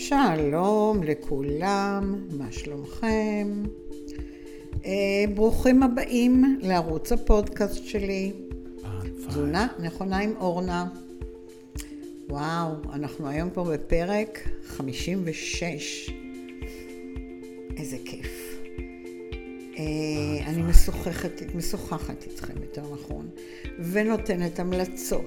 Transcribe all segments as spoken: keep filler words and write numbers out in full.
שלום לכולם, מה שלומכם? אה, ברוכים הבאים לערוץ הפודקאסט שלי, תזונה נכונה עם אורנה. וואו, אנחנו היום פה בפרק חמישים ושש. איזה כיף. אה, אני משוחחת, משוחחת איתכם יותר נכון, ונותנת המלצות,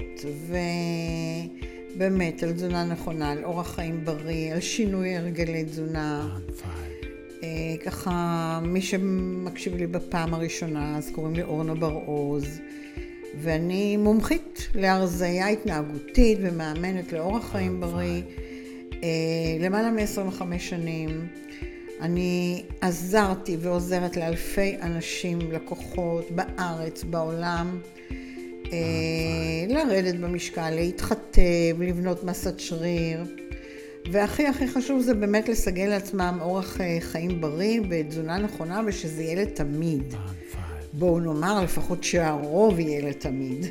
ובאמת על תזונה נכונה, על אורח חיים בריא, על שינוי הרגלי תזונה. אה, ככה, מי שמקשיב לי בפעם הראשונה, אז קוראים לי אורנה בר-עוז, ואני מומחית להרזיה התנהגותית ומאמנת לאורח חיים בריא, אה, למעלה מ-עשרים וחמש שנים. אני עזרתי ועוזרת לאלפי אנשים, לקוחות בארץ, בעולם, אה, לרדת במשקל, להתחתב, לבנות מסת שריר, והכי הכי חשוב זה באמת לסגל לעצמם אורח חיים בריא ותזונה נכונה, ושזה יהיה לתמיד. בואו נאמר לפחות שהרוב יהיה לתמיד.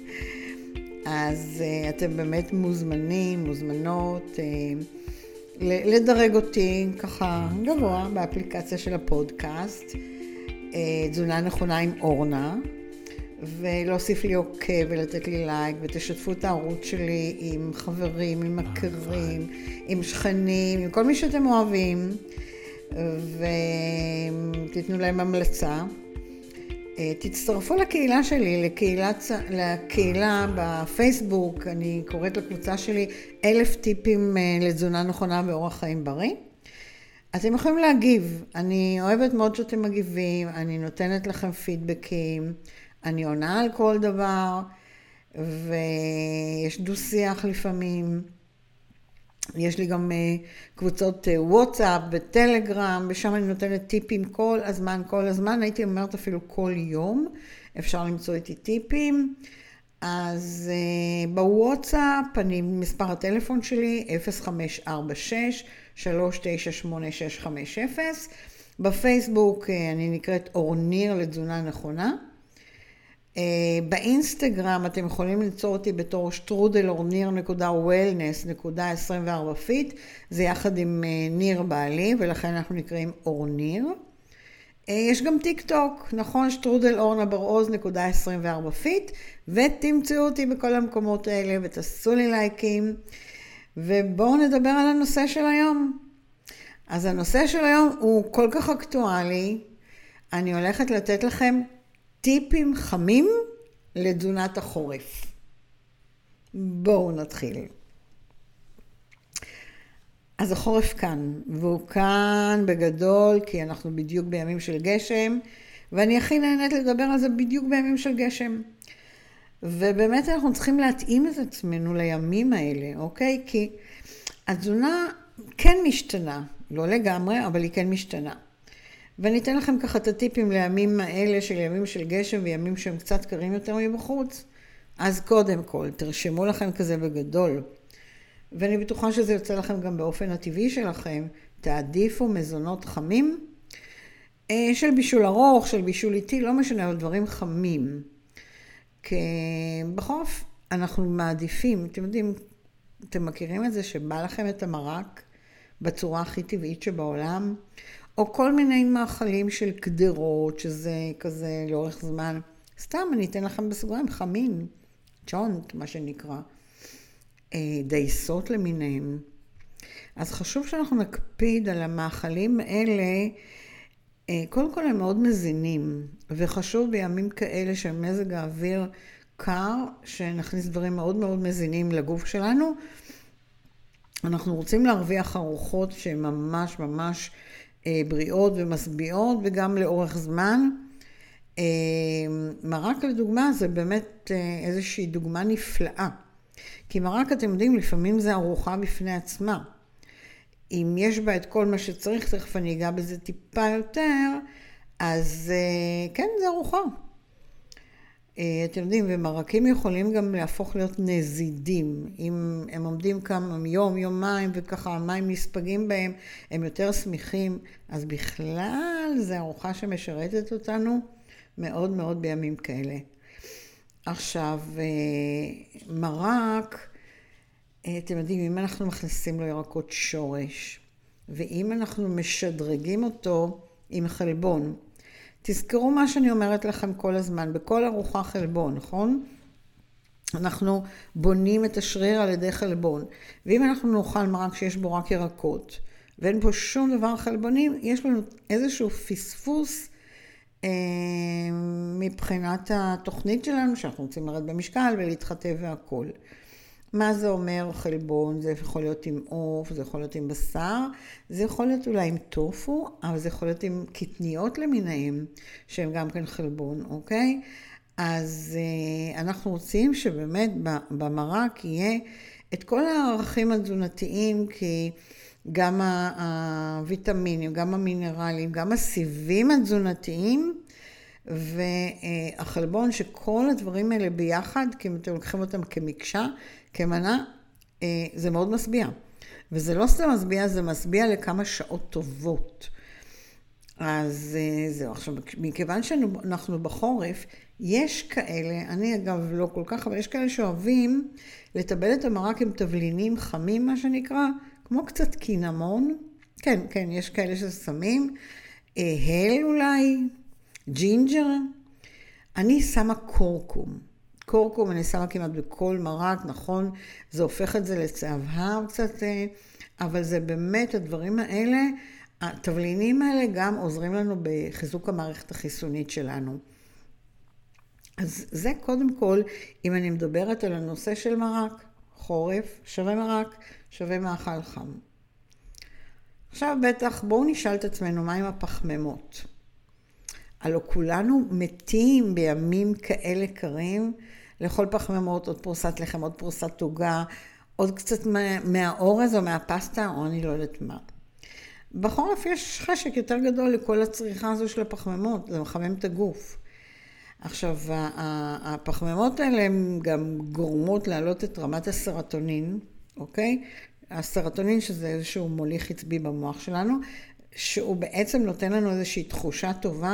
אז uh, אתם באמת מוזמנים, מוזמנות, uh, לדרג אותי ככה גבוה באפליקציה של הפודקאסט, uh, תזונה נכונה עם אורנה, ולהוסיף לי עוקב ולתת לי לייק, ותשתפו את הערוץ שלי עם חברים, עם מכרים, עם שכנים, עם כל מי שאתם אוהבים, ותיתנו להם המלצה. תצטרפו לקהילה שלי, לקהילה, לקהילה בפייסבוק, אני קוראת לקבוצה שלי אלף טיפים לתזונה נכונה ואורח חיים בריא. אתם יכולים להגיב, אני אוהבת מאוד שאתם מגיבים, אני נותנת לכם פידבקים, אני עונה על כל דבר, ויש דו שיח לפעמים. יש לי גם קבוצות וואטסאפ וטלגרם, ושם אני נותנת טיפים כל הזמן, כל הזמן, הייתי אומרת אפילו כל יום, אפשר למצוא איתי טיפים. אז בוואטסאפ, אני מספר הטלפון שלי, אפס חמש ארבע שש שלוש תשע שמונה שש חמש אפס. בפייסבוק אני נקראת אורניר לתזונה נכונה. באינסטגרם אתם יכולים ליצור אותי בתור שטרודל אורניר נקודה וולנס נקודה עשרים וארבע פיט, זה יחד עם ניר בעלי, ולכן אנחנו נקראים אורניר. יש גם טיק טוק, נכון, שטרודל אורנה בר-עוז נקודה עשרים וארבע פיט, ותמצאו אותי בכל המקומות האלה ותעשו לי לייקים, ובואו נדבר על הנושא של היום. אז הנושא של היום הוא כל כך אקטואלי, אני הולכת לתת לכם טיפים חמים לתזונת החורף. בואו נתחיל. אז החורף כאן, והוא כאן בגדול, כי אנחנו בדיוק בימים של גשם, ואני הכי נהנית לדבר על זה בדיוק בימים של גשם. ובאמת אנחנו צריכים להתאים את עצמנו לימים האלה, אוקיי? כי התזונה כן משתנה, לא לגמרי, אבל היא כן משתנה. ואני אתן לכם ככה את הטיפים לימים האלה של ימים של גשם וימים שהם קצת קרים יותר מבחוץ. אז קודם כל, תרשמו לכם כזה בגדול. ואני בטוחה שזה יוצא לכם גם באופן הטבעי שלכם. תעדיפו מזונות חמים, של בישול ארוך, של בישול איטי, לא משנה, אבל דברים חמים. כי בחורף אנחנו מעדיפים, אתם יודעים, אתם מכירים את זה שבא לכם את המרק בצורה הכי טבעית שבעולם, או כל מיני מאכלים של קדרות, שזה כזה לאורך זמן. סתם, אני אתן לכם בסוגריים, חמים, צ'ונט, מה שנקרא, דייסות למיניהם. אז חשוב שאנחנו נקפיד על המאכלים האלה, קודם כל הם מאוד מזינים, וחשוב בימים כאלה שמזג האוויר קר, שנכניס דברים מאוד מאוד מזינים לגוף שלנו. אנחנו רוצים להרוויח ארוחות שהן ממש ממש בריאות ומשביעות, וגם לאורך זמן. מרק לדוגמה זה באמת איזושהי דוגמה נפלאה. כי מרק, אתם יודעים, לפעמים זה ארוחה בפני עצמה. אם יש בה את כל מה שצריך, תכף אני אגע בזה טיפה יותר, אז כן, זה ארוחה. אתם יודעים, ומרקים יכולים גם להפוך להיות נזידים. אם הם עומדים כמה יום, יומיים, וככה המים נספגים בהם, הם יותר שמחים. אז בכלל, זה ארוחה שמשרתת אותנו מאוד מאוד בימים כאלה. עכשיו, מרק, אתם יודעים, אם אנחנו מכניסים לו ירקות שורש, ואם אנחנו משדרגים אותו עם חלבון, תזכרו מה שאני אומרת לכם כל הזמן, בכל ארוחה חלבון, נכון? אנחנו בונים את השריר על ידי חלבון, ואם אנחנו נאכל מרק שיש בו רק ירקות, ואין בו שום דבר חלבונים, יש לנו איזשהו פספוס אה, מבחינת התוכנית שלנו, שאנחנו רוצים לרד במשקל ולהתחתב והכל. מה זה אומר חלבון? זה יכול להיות עם עוף, זה יכול להיות עם בשר, זה יכול להיות אולי עם טופו, אבל זה יכול להיות עם קטניות למיניהם, שהם גם כן חלבון, אוקיי? אז אה, אנחנו רוצים שבאמת במרק יהיה את כל הערכים התזונתיים, כי גם הוויטמינים, גם המינרלים, גם הסיבים התזונתיים, והחלבון, שכל הדברים האלה ביחד, כי אם אתם לוקחים אותם כמקשה, כמנה, זה מאוד משביע. וזה לא סתם משביע, זה משביע לכמה שעות טובות. אז זהו, עכשיו, מכיוון שאנחנו בחורף, יש כאלה, אני אגב לא כל כך, אבל יש כאלה שאוהבים לטבל את המרק עם תבלינים חמים, מה שנקרא, כמו קצת קינמון. כן, כן, יש כאלה ששמים. הל אולי, ג'ינג'ר. אני שמה קורקום. קורקום אני שמה כמעט בכל מרק, נכון? זה הופך את זה לצהבהב קצת, אבל זה באמת הדברים האלה, התבלינים האלה גם עוזרים לנו בחיזוק המערכת החיסונית שלנו. אז זה קודם כל, אם אני מדברת על הנושא של מרק, חורף, שווה מרק, שווה מאכל חם. עכשיו בטח בואו נשאל את עצמנו מה עם הפחמימות. הלא כולנו מתים בימים כאלה קרים, לאכול פחמימות, עוד פרוסת לחם, עוד פרוסת עוגה, עוד קצת מה, מהאורז או מהפסטה, או אני לא יודעת מה. בחורף יש חשק יותר גדול לכל הצריכה הזו של הפחמימות, זה מחמם את הגוף. עכשיו, הפחמימות האלה הן גם גורמות להעלות את רמת הסרטונין, אוקיי? הסרטונין שזה איזשהו מוליך עצבי במוח שלנו, שהוא בעצם נותן לנו איזושהי תחושה טובה,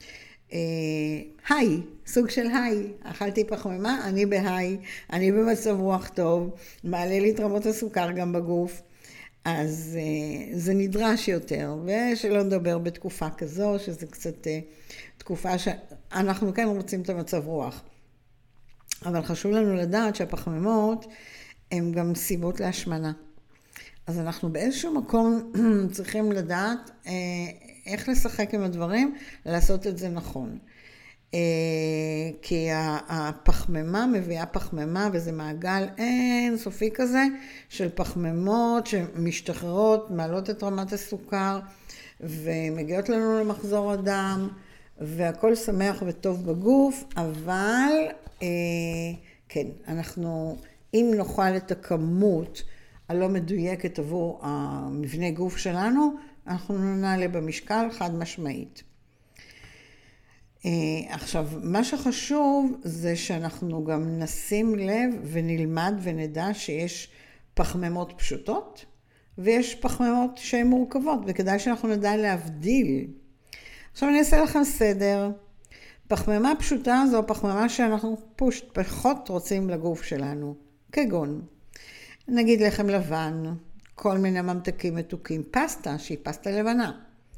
היי, סוג של היי, אכלתי פחמימה, אני בהיי, אני במצב רוח טוב, מעלה לי את רמות הסוכר גם בגוף, אז זה נדרש יותר, ושלא נדבר בתקופה כזו, שזה קצת תקופה שאנחנו כן רוצים את המצב רוח. אבל חשוב לנו לדעת שהפחמימות הן גם סיבות להשמנה. אז אנחנו באיזשהו מקום צריכים לדעת איך לשחק עם הדברים, לעשות את זה נכון. כי הפחמימה מביאה פחמימה, וזה מעגל אין סופי כזה של פחמימות שמשתחררות, מעלות את רמת הסוכר, ומגיעות לנו למחזור הדם, והכל שמח וטוב בגוף, אבל כן, אנחנו, אם נאכל את הכמות הלא מדויקת עבור המבנה גוף שלנו, אנחנו נעלה במשקל חד משמעית. עכשיו, מה שחשוב זה שאנחנו גם נשים לב ונלמד ונדע שיש פחמימות פשוטות, ויש פחמימות שהן מורכבות, וכדאי שאנחנו נדע להבדיל. עכשיו אני אעשה לכם סדר. פחמימה פשוטה זו פחמימה שאנחנו פחות רוצים לגוף שלנו, כגון, נגיד לחם לבן, כל מיני ממתקים מתוקים, פסטה שהיא פסטה לבנה.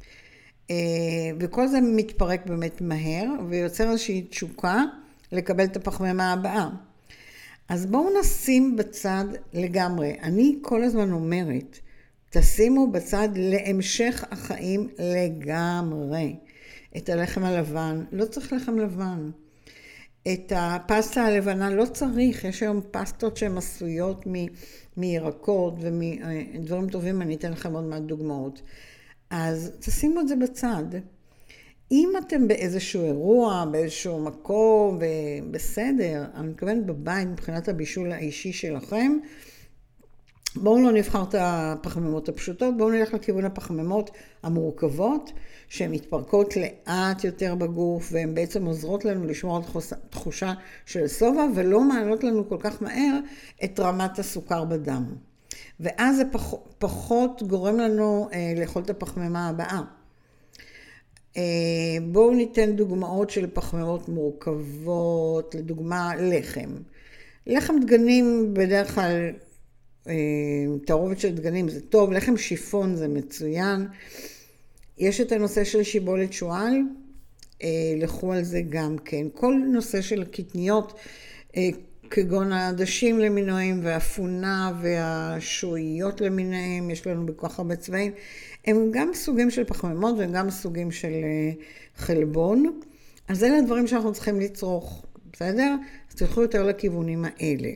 וכל זה מתפרק באמת מהר, ויוצר איזושהי תשוקה לקבל את הפחמימה הבאה. אז בואו נשים בצד לגמרי. אני כל הזמן אומרת, תשימו בצד להמשך החיים לגמרי. את הלחם הלבן, לא צריך לחם לבן. את הפסטה הלבנה לא צריך, יש היום פסטות שהן עשויות מ... מירקות ומדברים טובים, אני אתן לכם עוד מעט דוגמאות. אז תשימו את זה בצד. אם אתם באיזשהו אירוע, באיזשהו מקום, בסדר, אני מתכוון בבית מבחינת הבישול האישי שלכם, בואו לא נבחר את הפחמימות הפשוטות, בואו נלך לכיוון הפחמימות המורכבות, שהן מתפרקות לאט יותר בגוף, והן בעצם עוזרות לנו לשמור על תחושה של סובה, ולא מעלות לנו כל כך מהר את רמת הסוכר בדם. ואז זה פח, פחות גורם לנו אה, לאכול את הפחמימה הבאה. אה, בואו ניתן דוגמאות של פחמימות מורכבות, לדוגמה לחם. לחם דגנים בדרך כלל תערובת של דגנים זה טוב, לחם שיפון זה מצוין. יש את הנושא של שיבולת שועל, לכו על זה גם כן. כל נושא של קטניות, כגון העדשים למיניהם והאפונה והשועיות למיניהם, יש לנו בכוח הרבה צבעים, הם גם סוגים של פחמימות והם גם סוגים של חלבון. אז אלה הדברים שאנחנו צריכים לצרוך, בסדר? אז תלכו יותר לכיוונים האלה.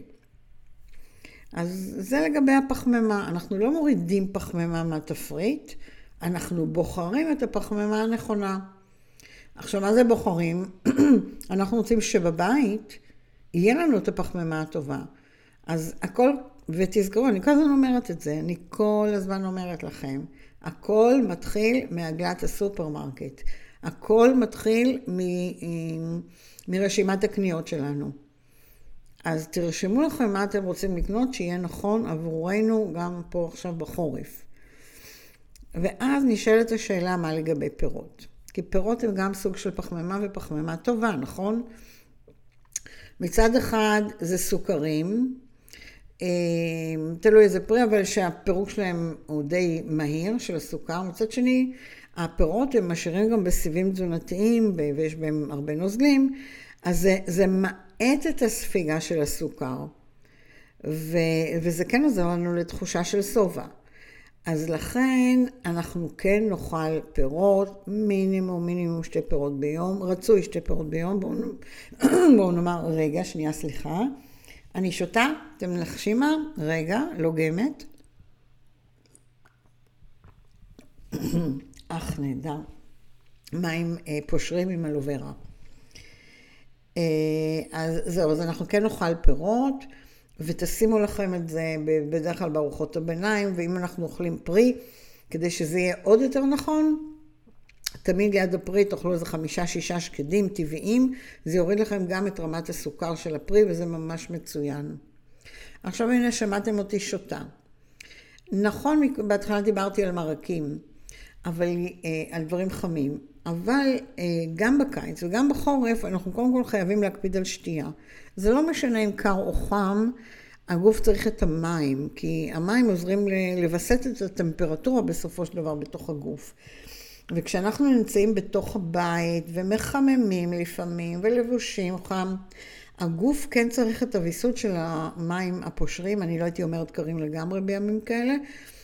אז זה לגבי הפחמימה. אנחנו לא מורידים פחמימה מהתפריט, אנחנו בוחרים את הפחמימה הנכונה. עכשיו, מה זה בוחרים? אנחנו רוצים שבבית יהיה לנו את הפחמימה הטובה. אז הכל, ותזכרו, אני כל הזמן אומרת את זה, אני כל הזמן אומרת לכם, הכל מתחיל מעגלת הסופרמרקט. הכל מתחיל מ, מרשימת הקניות שלנו. אז תרשמו לכם מה אתם רוצים לקנות, שיהיה נכון עבורנו גם פה עכשיו בחורף. ואז נשאלת השאלה מה לגבי פירות. כי פירות הם גם סוג של פחמימה ופחמימה טובה, נכון? מצד אחד זה סוכרים, תלוי איזה פרי, אבל שהפירוק שלהם הוא די מהיר של הסוכר. מצד שני, הפירות הם משאירים גם בסיבים תזונתיים, ויש בהם הרבה נוזלים, אז זה, זה מעט את הספיגה של הסוכר, ו, וזה כן עוזר לנו לתחושה של סובה. אז לכן אנחנו כן נאכל פירות, מינימום, מינימום שתי פירות ביום, רצוי שתי פירות ביום, בואו, בואו נאמר, רגע, שנייה, סליחה, אני שותה, אתם מנחשים מה? רגע, לוגמת. אך נהדר. מים פושרים עם אלוברה. אז זהו, אז אנחנו כן נאכל פירות, ותשימו לכם את זה בדרך כלל בארוחות הביניים, ואם אנחנו אוכלים פרי, כדי שזה יהיה עוד יותר נכון, תמיד ליד הפרי תאכלו איזה חמישה, שישה שקדים טבעיים, זה יוריד לכם גם את רמת הסוכר של הפרי, וזה ממש מצוין. עכשיו הנה שמעתם אותי שותה. נכון, בהתחלה דיברתי על מרקים, אבל על דברים חמים, אבל גם בקיץ וגם בחורף אנחנו קודם כל חייבים להקפיד על שתייה. זה לא משנה אם קר או חם, הגוף צריך את המים, כי המים עוזרים לווסת את הטמפרטורה בסופו של דבר בתוך הגוף. וכשאנחנו נמצאים בתוך הבית ומחממים לפעמים ולבושים חם, הגוף כן צריך את הוויסות של המים הפושרים, אני לא הייתי אומרת קרים לגמרי בימים כאלה,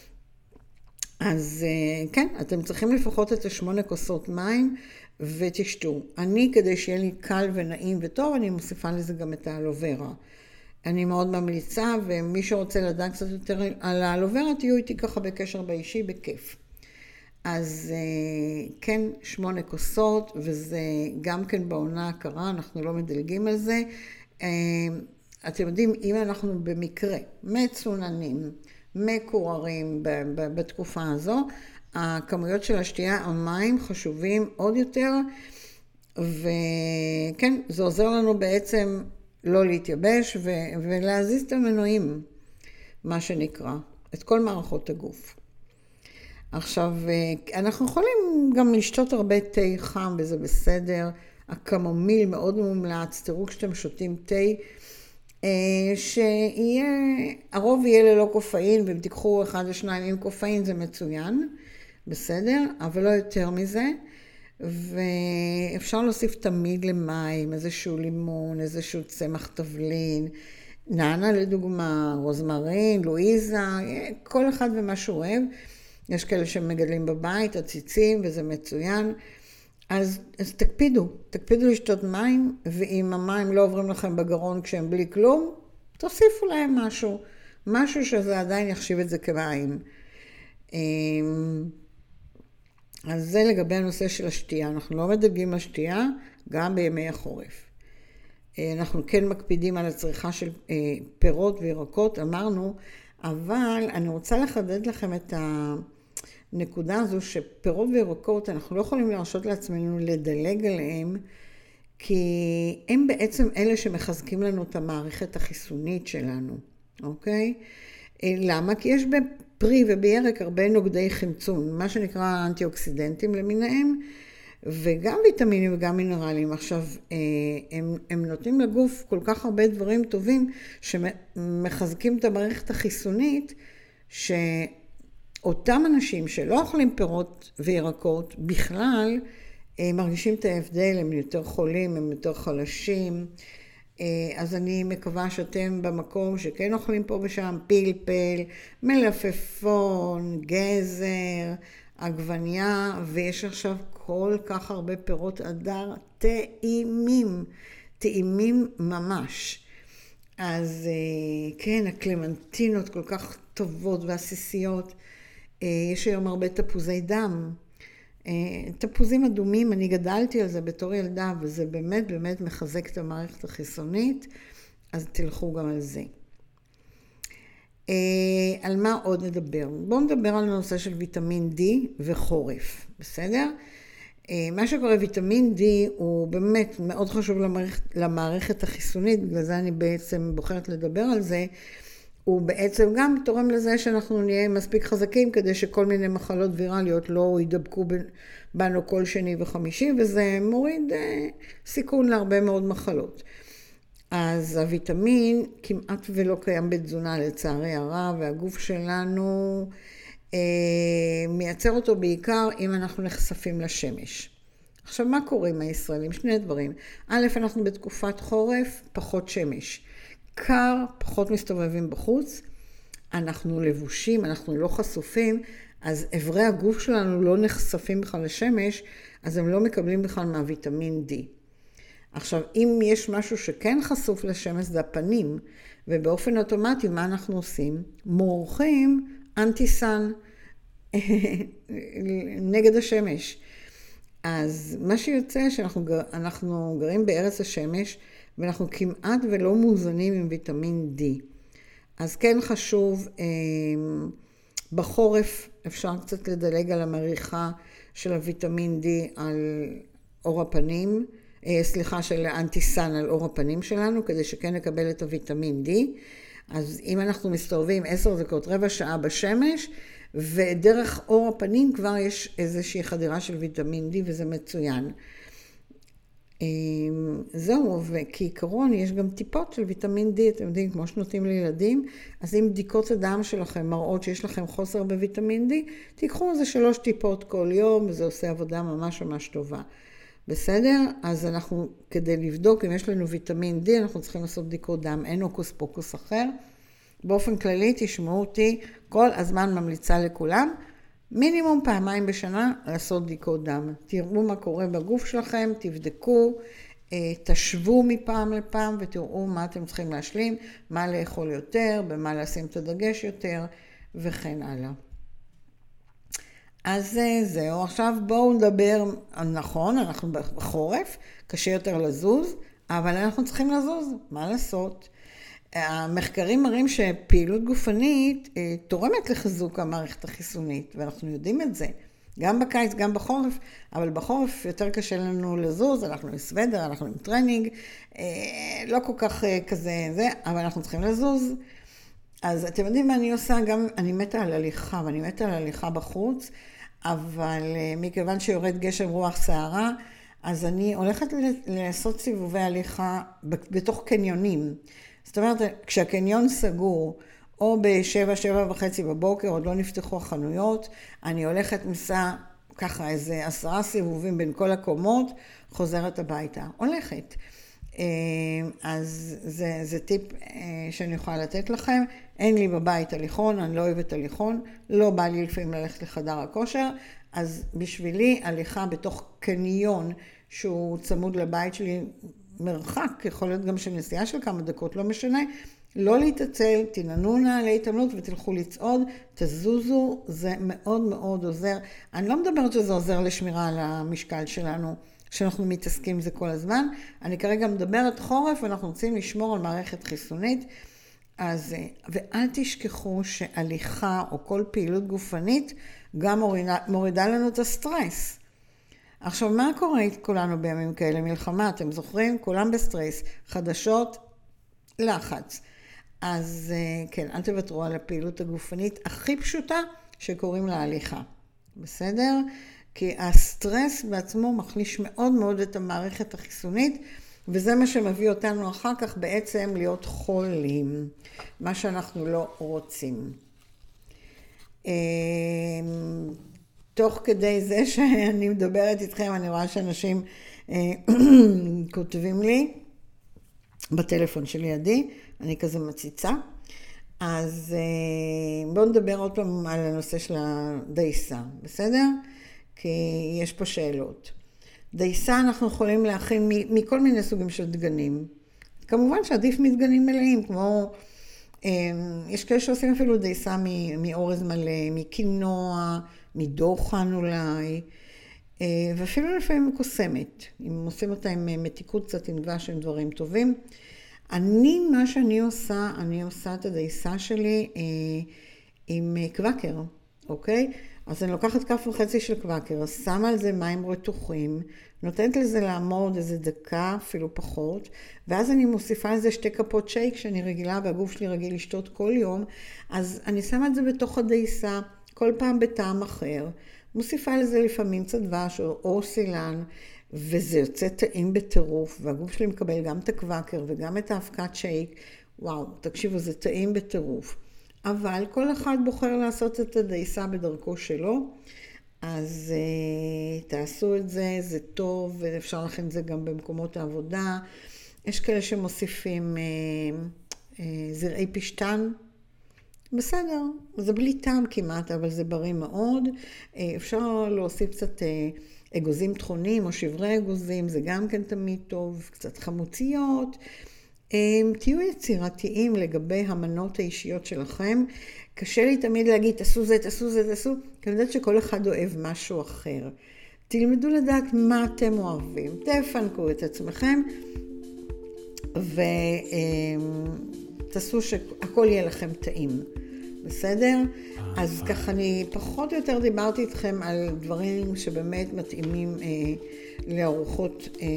אז כן, אתם צריכים לפחות את השמונה כוסות מים ותשתו. אני, כדי שיהיה לי קל ונעים וטוב, אני מוסיפה לזה גם את האלוברה. אני מאוד ממליצה, ומי שרוצה לדעת קצת יותר על האלוברה, תהיו איתי ככה בקשר באישי, בכיף. אז כן, שמונה כוסות, וזה גם כן בעונה הקרה, אנחנו לא מדלגים על זה. אתם יודעים, אם אנחנו במקרה מצוננים, מקוררים בתקופה הזו, הכמויות של השתייה, המים חשובים עוד יותר, וכן, זה עוזר לנו בעצם לא להתייבש ולהזיז את המנועים, מה שנקרא, את כל מערכות הגוף. עכשיו, אנחנו יכולים גם לשתות הרבה תה חם, וזה בסדר. הקמומיל מאוד מומלץ, תראו כשאתם שותים תה, שיהיה, הרוב יהיה ללא קופאין, ואם תיקחו אחד או שניים עם קופאין זה מצוין, בסדר, אבל לא יותר מזה. ואפשר להוסיף תמיד למים, איזשהו לימון, איזשהו צמח תבלין, נענה לדוגמה, רוזמרין, לואיזה, כל אחד ומה שהוא אוהב. יש כאלה שמגדלים בבית, עציצים, וזה מצוין. אז, אז תקפידו, תקפידו לשתות מים, ואם המים לא עוברים לכם בגרון כשהם בלי כלום, תוסיפו להם משהו, משהו שזה עדיין יחשיב את זה כמים. אז זה לגבי הנושא של השתייה. אנחנו לא מדלגים השתייה, גם בימי החורף. אנחנו כן מקפידים על הצריכה של פירות וירקות, אמרנו, אבל אני רוצה לחדד לכם את הנקודה הזו שפירות וירקות, אנחנו לא יכולים להרשות לעצמנו לדלג עליהם, כי הם בעצם אלה שמחזקים לנו את המערכת החיסונית שלנו, אוקיי? למה? כי יש בפרי ובירק הרבה נוגדי חמצון, מה שנקרא אנטי-אוקסידנטים למיניהם, וגם ויטמינים וגם מינרלים. עכשיו, הם, הם נותנים לגוף כל כך הרבה דברים טובים שמחזקים את המערכת החיסונית, שאותם אנשים שלא אוכלים פירות וירקות בכלל, מרגישים את ההבדל, הם יותר חולים, הם יותר חלשים. אז אני מקווה שאתם במקום שכן אוכלים פה ושם פלפל, מלפפון, גזר, עגבניה, ויש עכשיו כל כך הרבה פירות אדר טעימים, טעימים ממש. אז כן, הקלמנטינות כל כך טובות ועסיסיות. יש היום הרבה תפוזי דם. תפוזים אדומים, אני גדלתי על זה בתור ילדה, וזה באמת באמת מחזק את המערכת החיסונית, אז תלכו גם על זה. על מה עוד נדבר? בואו נדבר על הנושא של ויטמין D וחורף, בסדר? מה שקורה ויטמין D הוא באמת מאוד חשוב למערכת, למערכת החיסונית, בגלל זה אני בעצם בוחרת לדבר על זה. הוא בעצם גם תורם לזה שאנחנו נהיה מספיק חזקים כדי שכל מיני מחלות ויראליות לא יידבקו בנו כל שני וחמישי, וזה מוריד סיכון להרבה מאוד מחלות. אז הוויטמין כמעט ולא קיים בתזונה לצערי הרב, והגוף שלנו אה, מייצר אותו בעיקר אם אנחנו נחשפים לשמש. עכשיו, מה קורה עם הישראלים? שני דברים. א', אנחנו בתקופת חורף, פחות שמש. קר, פחות מסתובבים בחוץ, אנחנו לבושים, אנחנו לא חשופים, אז אברי הגוף שלנו לא נחשפים בכלל לשמש, אז הם לא מקבלים בכלל מהוויטמין D. עכשיו, אם יש משהו שכן חשוף לשמש, זה הפנים, ובאופן אוטומטי, מה אנחנו עושים? מורחים אנטיסן נגד השמש. אז מה שיוצא שאנחנו אנחנו גרים בארץ השמש, ואנחנו כמעט ולא מאוזנים עם ויטמין D. אז כן חשוב, בחורף אפשר קצת לדלג על המריחה של הוויטמין D על אור הפנים, סליחה, של האנטיסן על אור הפנים שלנו, כדי שכן נקבל את הוויטמין D. אז אם אנחנו מסתובבים עשר דקות, רבע שעה בשמש, ודרך אור הפנים כבר יש איזושהי חדירה של ויטמין D, וזה מצוין. זהו, וכעיקרון יש גם טיפות של ויטמין D, אתם יודעים, כמו שנותנים לילדים, אז אם בדיקות הדם שלכם מראות שיש לכם חוסר בוויטמין D, תיקחו איזה שלוש טיפות כל יום, וזה עושה עבודה ממש ממש טובה. בסדר? אז אנחנו, כדי לבדוק אם יש לנו ויטמין D, אנחנו צריכים לעשות בדיקות דם, אין הוקוס פוקוס אחר. באופן כללי, תשמעו אותי, כל הזמן ממליצה לכולם, מינימום פעמיים בשנה לעשות בדיקות דם. תראו מה קורה בגוף שלכם, תבדקו, תשוו מפעם לפעם ותראו מה אתם צריכים להשלים, מה לאכול יותר, במה לשים את הדגש יותר וכן הלאה. אז זהו, עכשיו בואו נדבר, נכון, אנחנו בחורף, קשה יותר לזוז, אבל אנחנו צריכים לזוז, מה לעשות? המחקרים מראים שפעילות גופנית תורמת לחיזוק המערכת החיסונית, ואנחנו יודעים את זה, גם בקיץ, גם בחורף, אבל בחורף יותר קשה לנו לזוז, אנחנו עם סוודר, אנחנו עם טרנינג, לא כל כך כזה זה, אבל אנחנו צריכים לזוז. אז אתם יודעים מה אני עושה? גם אני מתה על הליכה, ואני מתה על הליכה בחוץ, אבל מכיוון שיורד גשם רוח סערה, אז אני הולכת לעשות סיבובי הליכה בתוך קניונים. זאת אומרת, כשהקניון סגור, או בשבע, שבע וחצי בבוקר, עוד לא נפתחו החנויות, אני הולכת מסע ככה איזה עשרה סיבובים בין כל הקומות, חוזרת הביתה. הולכת. אז זה, זה טיפ שאני יכולה לתת לכם. אין לי בבית הליכון, אני לא אוהבת הליכון, לא בא לי לפעמים ללכת לחדר הכושר, אז בשבילי הליכה בתוך קניון שהוא צמוד לבית שלי, מרחק, יכול להיות גם של נסיעה של כמה דקות, לא משנה, לא להתעצל, תנענו נעלי התעמלות ותלכו לצעוד, תזוזו, זה מאוד מאוד עוזר. אני לא מדברת שזה עוזר לשמירה על המשקל שלנו, שאנחנו מתעסקים עם זה כל הזמן. אני כרגע מדברת חורף, ואנחנו רוצים לשמור על מערכת חיסונית. אז, ואל תשכחו שהליכה או כל פעילות גופנית גם מורידה, מורידה לנו את הסטרס. עכשיו, מה קורה כולנו בימים כאלה? מלחמה, אתם זוכרים? כולם בסטרס, חדשות, לחץ. אז כן, אל תוותרו על הפעילות הגופנית הכי פשוטה שקוראים לה הליכה. בסדר? כי הסטרס בעצמו מחליש מאוד מאוד את המערכת החיסונית, וזה מה שמביא אותנו אחר כך בעצם להיות חולים, מה שאנחנו לא רוצים. תוך כדי זה שאני מדברת איתכם, אני רואה שאנשים כותבים לי בטלפון שלידי, אני כזה מציצה. אז בואו נדבר עוד פעם על הנושא של הדייסה, בסדר? כי יש פה שאלות. דייסה אנחנו יכולים להכין מכל מיני סוגים של דגנים. כמובן שעדיף מדגנים מלאים, כמו, יש כאלה שעושים אפילו דייסה מאורז מלא, מקינוע, מדוחן אולי, ואפילו לפעמים מקוסמת. אם עושים אותה עם מתיקות קצת עם דבש, עם דברים טובים. אני, מה שאני עושה, אני עושה את הדייסה שלי אה, עם קוואקר, אוקיי? אז אני לוקחת כף וחצי של קוואקר, שמה על זה מים רתוחים, נותנת לזה לעמוד איזה דקה, אפילו פחות, ואז אני מוסיפה לזה שתי כפות שייק שאני רגילה, והגוף שלי רגיל לשתות כל יום, אז אני שמה את זה בתוך הדייסה, כל פעם בטעם אחר, מוסיפה לזה לפעמים קצת דבש או, או סילן, וזה יוצא טעים בטירוף, והגוף שלי מקבל גם את הקוואקר וגם את האבקת שייק. וואו, תקשיבו, זה טעים בטירוף. אבל כל אחד בוחר לעשות את הדייסה בדרכו שלו, אז uh, תעשו את זה, זה טוב, ואפשר לכם את זה גם במקומות העבודה. יש כאלה שמוסיפים uh, uh, זרעי פשטן, בסדר, זה בלי טעם כמעט, אבל זה בריא מאוד. Uh, אפשר להוסיף קצת... Uh, אגוזים טחונים או שברי אגוזים, זה גם כן תמיד טוב, קצת חמוציות. תהיו יצירתיים לגבי המנות האישיות שלכם. קשה לי תמיד להגיד, תעשו זה, תעשו זה, תעשו, כי אני יודעת שכל אחד אוהב משהו אחר. תלמדו לדעת מה אתם אוהבים, תפנקו את עצמכם, ותעשו שהכל יהיה לכם טעים. בסדר? אז ככה אני פחות או יותר דיברתי איתכם על דברים שבאמת מתאימים אה, לארוחות אה,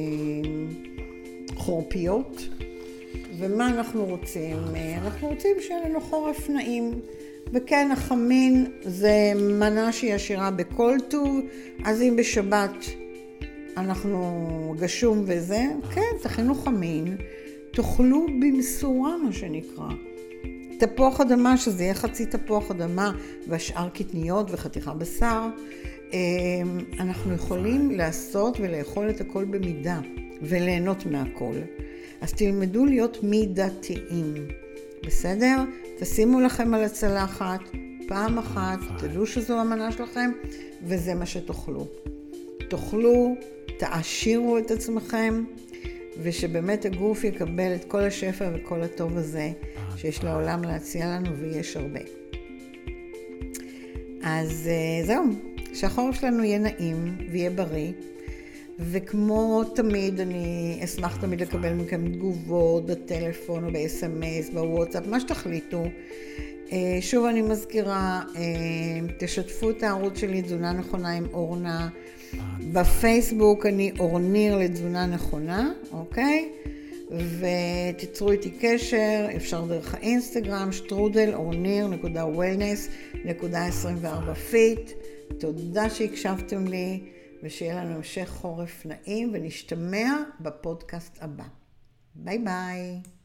חורפיות. ומה אנחנו רוצים? אה, אנחנו רוצים שיהיה לנו חורף נעים. וכן, החמין זה מנה שהיא עשירה בכל טוב, אז אם בשבת אנחנו גשום וזה, כן, תכינו חמין, תאכלו במשורה מה שנקרא. תפוח אדמה, שזה יהיה חצי תפוח אדמה והשאר קטניות וחתיכה בשר. אנחנו יכולים לעשות ולאכול את הכל במידה וליהנות מהכל. אז תלמדו להיות מידתיים, בסדר? תשימו לכם על הצלחת פעם אחת, תדעו שזו המנה שלכם וזה מה שתאכלו. תאכלו, תעשירו את עצמכם, ושבאמת הגוף יקבל את כל השפע וכל הטוב הזה שיש לעולם להציע לנו, ויש הרבה. אז זהו, שהחורף שלנו יהיה נעים ויהיה בריא, וכמו תמיד אני אשמח תמיד לקבל מכם תגובות בטלפון או ב-אס אם אס, בוואטסאפ, מה שתחליטו. שוב אני מזכירה, תשתפו את הערוץ שלי תזונה נכונה עם אורנה, בפייסבוק אני אורניר לתזונה נכונה, אוקיי? ותיצרו איתי קשר, אפשר דרך האינסטגרם, שטרודל אורניר נקודה וולנס נקודה עשרים וארבע פיט. תודה שהקשבתם לי, ושיהיה לנו המשך חורף נעים, ונשתמע בפודקאסט הבא. ביי ביי.